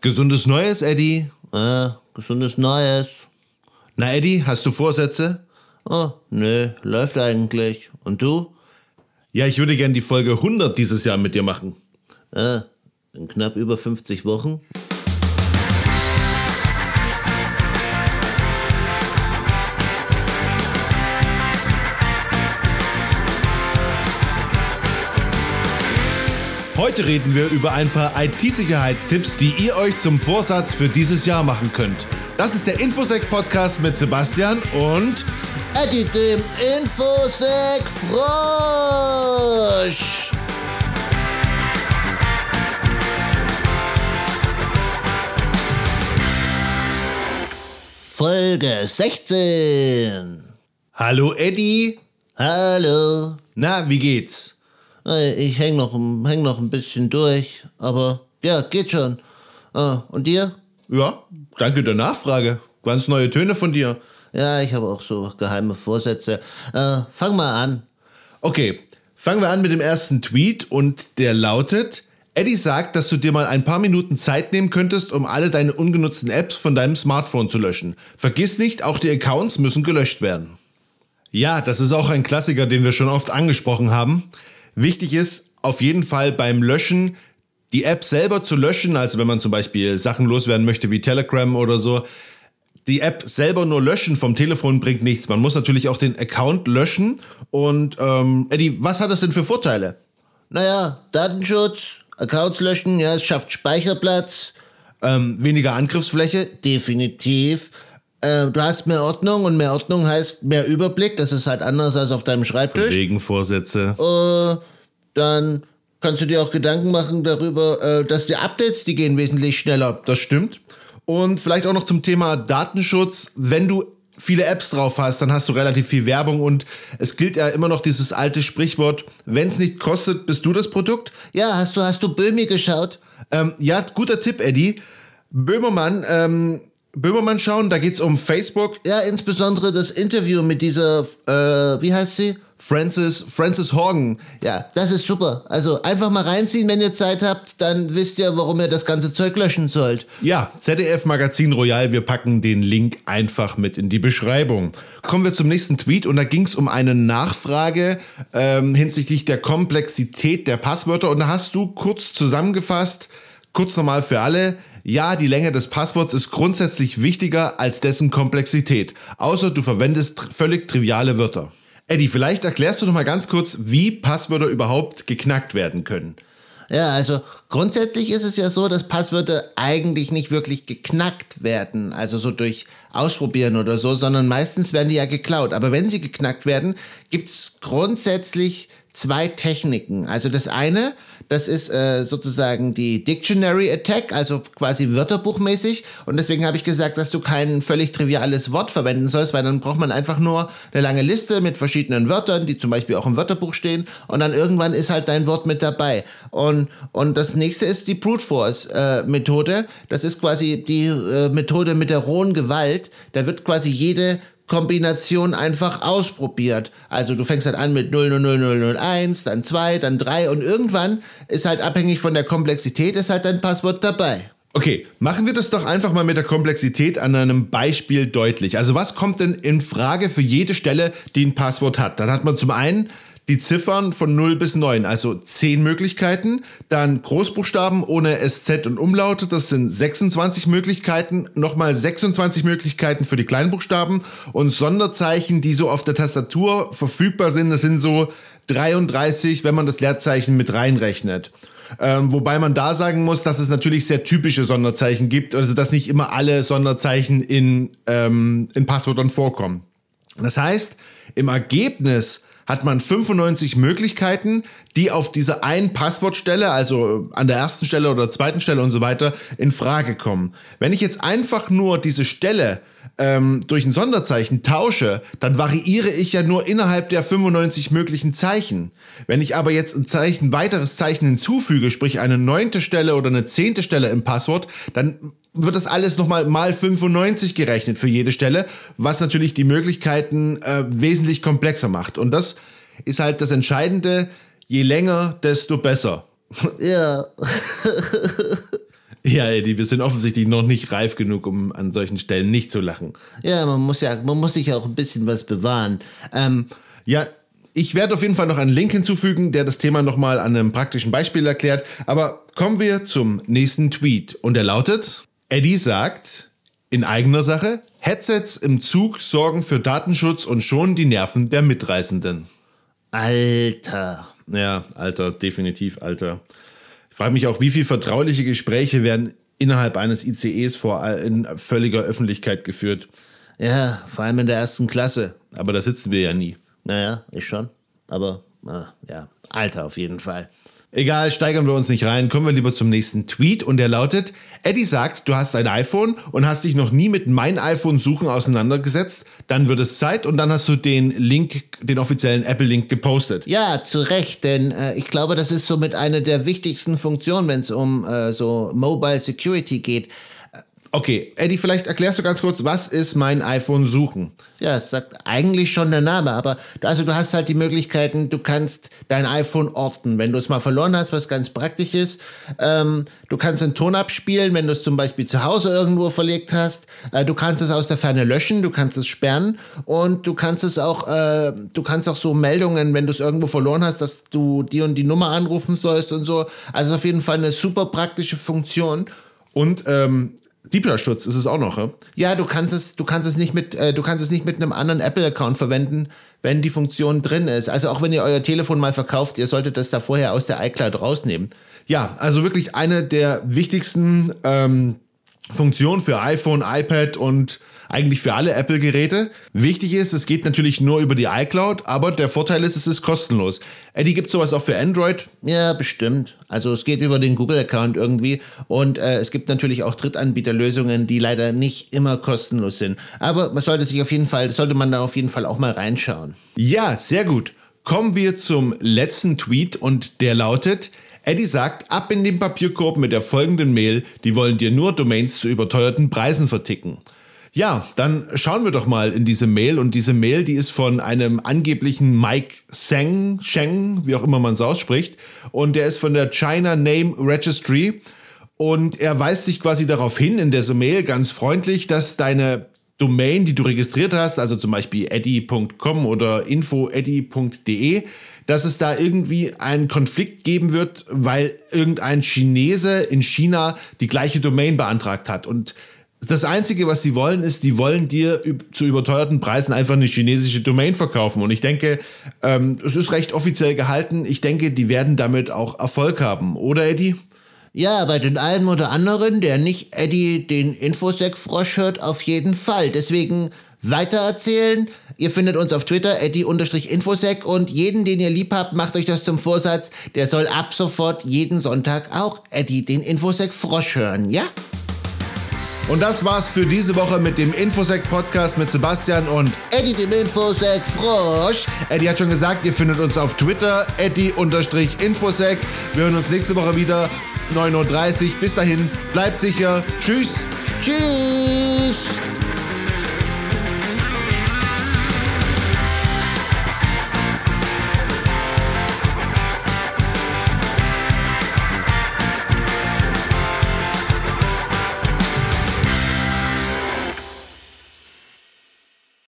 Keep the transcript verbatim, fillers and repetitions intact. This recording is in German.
Gesundes Neues, Eddie. Äh, gesundes Neues. Na, Eddie, hast du Vorsätze? Oh, nö, läuft eigentlich. Und du? Ja, ich würde gern die Folge hundert dieses Jahr mit dir machen. Äh, in knapp über fünfzig Wochen. Heute reden wir über ein paar I T-Sicherheitstipps, die ihr euch zum Vorsatz für dieses Jahr machen könnt. Das ist der Infosec-Podcast mit Sebastian und Eddie, dem Infosec-Frosch. Folge sechzehn. Hallo Eddie. Hallo. Na, wie geht's? Ich häng noch, häng noch ein bisschen durch, aber ja, geht schon. Und dir? Ja, danke der Nachfrage. Ganz neue Töne von dir. Ja, ich habe auch so geheime Vorsätze. Äh, fang mal an. Okay, fangen wir an mit dem ersten Tweet und der lautet: Eddie sagt, dass du dir mal ein paar Minuten Zeit nehmen könntest, um alle deine ungenutzten Apps von deinem Smartphone zu löschen. Vergiss nicht, auch die Accounts müssen gelöscht werden. Ja, das ist auch ein Klassiker, den wir schon oft angesprochen haben. Wichtig ist auf jeden Fall beim Löschen, die App selber zu löschen, also wenn man zum Beispiel Sachen loswerden möchte wie Telegram oder so. Die App selber nur löschen vom Telefon bringt nichts. Man muss natürlich auch den Account löschen. Und ähm, Eddie, was hat das denn für Vorteile? Naja, Datenschutz, Accounts löschen, ja, es schafft Speicherplatz. Ähm, weniger Angriffsfläche? Definitiv. Äh, du hast mehr Ordnung und mehr Ordnung heißt mehr Überblick. Das ist halt anders als auf deinem Schreibtisch. Wegen Vorsätze. Äh, dann kannst du dir auch Gedanken machen darüber, äh, dass die Updates, die gehen wesentlich schneller. Das stimmt. Und vielleicht auch noch zum Thema Datenschutz. Wenn du viele Apps drauf hast, dann hast du relativ viel Werbung und es gilt ja immer noch dieses alte Sprichwort: Wenn es nicht kostet, bist du das Produkt. Ja, hast du, hast du Böhmi geschaut? Ähm, ja, guter Tipp, Eddie. Böhmermann, ähm, Böhmermann schauen, da geht's um Facebook. Ja, insbesondere das Interview mit dieser, äh, wie heißt sie? Frances, Frances Horgan. Ja, das ist super. Also einfach mal reinziehen, wenn ihr Zeit habt, dann wisst ihr, warum ihr das ganze Zeug löschen sollt. Ja, Z D F Magazin Royal, wir packen den Link einfach mit in die Beschreibung. Kommen wir zum nächsten Tweet und da ging's um eine Nachfrage ähm, hinsichtlich der Komplexität der Passwörter und da hast du kurz zusammengefasst, kurz nochmal für alle: Ja, die Länge des Passworts ist grundsätzlich wichtiger als dessen Komplexität, außer du verwendest tr- völlig triviale Wörter. Eddie, vielleicht erklärst du noch mal ganz kurz, wie Passwörter überhaupt geknackt werden können. Ja, also grundsätzlich ist es ja so, dass Passwörter eigentlich nicht wirklich geknackt werden, also so durch Ausprobieren oder so, sondern meistens werden die ja geklaut. Aber wenn sie geknackt werden, gibt's grundsätzlich zwei Techniken. Also das eine, das ist äh, sozusagen die Dictionary Attack, also quasi wörterbuchmäßig. Und deswegen habe ich gesagt, dass du kein völlig triviales Wort verwenden sollst, weil dann braucht man einfach nur eine lange Liste mit verschiedenen Wörtern, die zum Beispiel auch im Wörterbuch stehen. Und dann irgendwann ist halt dein Wort mit dabei. Und, und das nächste ist die Brute Force äh, Methode. Das ist quasi die äh, Methode mit der rohen Gewalt. Da wird quasi jede Kombination einfach ausprobiert. Also du fängst halt an mit null null null null null eins, dann zwei, dann drei und irgendwann ist halt abhängig von der Komplexität ist halt dein Passwort dabei. Okay, machen wir das doch einfach mal mit der Komplexität an einem Beispiel deutlich. Also was kommt denn in Frage für jede Stelle, die ein Passwort hat? Dann hat man zum einen die Ziffern von null bis neun, also zehn Möglichkeiten, dann Großbuchstaben ohne S Z und Umlaute, das sind sechsundzwanzig Möglichkeiten, nochmal sechsundzwanzig Möglichkeiten für die Kleinbuchstaben und Sonderzeichen, die so auf der Tastatur verfügbar sind, das sind so dreiunddreißig, wenn man das Leerzeichen mit reinrechnet. Ähm, wobei man da sagen muss, dass es natürlich sehr typische Sonderzeichen gibt, also dass nicht immer alle Sonderzeichen in, ähm, in Passwörtern vorkommen. Das heißt, im Ergebnis hat man fünfundneunzig Möglichkeiten, die auf dieser einen Passwortstelle, also an der ersten Stelle oder zweiten Stelle und so weiter, in Frage kommen. Wenn ich jetzt einfach nur diese Stelle ähm, durch ein Sonderzeichen tausche, dann variiere ich ja nur innerhalb der fünfundneunzig möglichen Zeichen. Wenn ich aber jetzt ein Zeichen, weiteres Zeichen hinzufüge, sprich eine neunte Stelle oder eine zehnte Stelle im Passwort, dann wird das alles nochmal mal fünfundneunzig gerechnet für jede Stelle, was natürlich die Möglichkeiten äh, wesentlich komplexer macht. Und das ist halt das Entscheidende: Je länger, desto besser. Ja. Ja, Eddie, wir sind offensichtlich noch nicht reif genug, um an solchen Stellen nicht zu lachen. Ja, man muss ja, man muss sich ja auch ein bisschen was bewahren. Ähm, ja, ich werde auf jeden Fall noch einen Link hinzufügen, der das Thema nochmal an einem praktischen Beispiel erklärt. Aber kommen wir zum nächsten Tweet. Und der lautet, Eddie sagt, in eigener Sache, Headsets im Zug sorgen für Datenschutz und schonen die Nerven der Mitreisenden. Alter. Ja, Alter, definitiv, Alter. Ich frage mich auch, wie viele vertrauliche Gespräche werden innerhalb eines I C Es vor in völliger Öffentlichkeit geführt. Ja, vor allem in der ersten Klasse. Aber da sitzen wir ja nie. Naja, ich schon. Aber, na, ja, Alter auf jeden Fall. Egal, steigern wir uns nicht rein, kommen wir lieber zum nächsten Tweet und der lautet, Eddie sagt, du hast ein iPhone und hast dich noch nie mit mein iPhone suchen auseinandergesetzt, dann wird es Zeit und dann hast du den Link, den offiziellen Apple-Link gepostet. Ja, zu Recht, denn äh, ich glaube, das ist somit eine der wichtigsten Funktionen, wenn es um äh, so Mobile Security geht. Okay, Eddie, vielleicht erklärst du ganz kurz, was ist mein iPhone suchen? Ja, es sagt eigentlich schon der Name, aber also du hast halt die Möglichkeiten, du kannst dein iPhone orten, wenn du es mal verloren hast, was ganz praktisch ist. Ähm, du kannst einen Ton abspielen, wenn du es zum Beispiel zu Hause irgendwo verlegt hast. Äh, du kannst es aus der Ferne löschen, du kannst es sperren und du kannst es auch, äh, du kannst auch so Meldungen, wenn du es irgendwo verloren hast, dass du die und die Nummer anrufen sollst und so. Also auf jeden Fall eine super praktische Funktion. Und ähm, Diebstahlschutz ist es auch noch, ja? Ja, du kannst es, du kannst es nicht mit, äh, du kannst es nicht mit einem anderen Apple-Account verwenden, wenn die Funktion drin ist. Also auch wenn ihr euer Telefon mal verkauft, ihr solltet das da vorher aus der iCloud rausnehmen. Ja, also wirklich eine der wichtigsten ähm, Funktionen für iPhone, iPad und eigentlich für alle Apple-Geräte. Wichtig ist, es geht natürlich nur über die iCloud, aber der Vorteil ist, es ist kostenlos. Eddie, gibt sowas auch für Android? Ja, bestimmt. Also es geht über den Google-Account irgendwie und äh, es gibt natürlich auch Drittanbieterlösungen, die leider nicht immer kostenlos sind. Aber man sollte sich auf jeden Fall, sollte man da auf jeden Fall auch mal reinschauen. Ja, sehr gut. Kommen wir zum letzten Tweet und der lautet, Eddie sagt, ab in den Papierkorb mit der folgenden Mail, die wollen dir nur Domains zu überteuerten Preisen verticken. Ja, dann schauen wir doch mal in diese Mail und diese Mail, die ist von einem angeblichen Mike Zheng, Zheng, wie auch immer man es ausspricht und der ist von der China Name Registry und er weist sich quasi darauf hin in dieser Mail ganz freundlich, dass deine Domain, die du registriert hast, also zum Beispiel eddie punkt com oder info eddie punkt de, dass es da irgendwie einen Konflikt geben wird, weil irgendein Chinese in China die gleiche Domain beantragt hat und das Einzige, was sie wollen, ist, die wollen dir zu überteuerten Preisen einfach eine chinesische Domain verkaufen. Und ich denke, ähm, es ist recht offiziell gehalten. Ich denke, die werden damit auch Erfolg haben. Oder, Eddie? Ja, bei den einen oder anderen, der nicht Eddie den Infosec-Frosch hört, auf jeden Fall. Deswegen weitererzählen. Ihr findet uns auf Twitter, Eddie-Infosec und jeden, den ihr lieb habt, macht euch das zum Vorsatz. Der soll ab sofort jeden Sonntag auch Eddie den Infosec-Frosch hören, ja? Und das war's für diese Woche mit dem Infosec-Podcast mit Sebastian und Eddie dem Infosec-Frosch. Eddie hat schon gesagt, ihr findet uns auf Twitter, Eddie-Infosec. Wir hören uns nächste Woche wieder, neun Uhr dreißig. Bis dahin, bleibt sicher. Tschüss. Tschüss.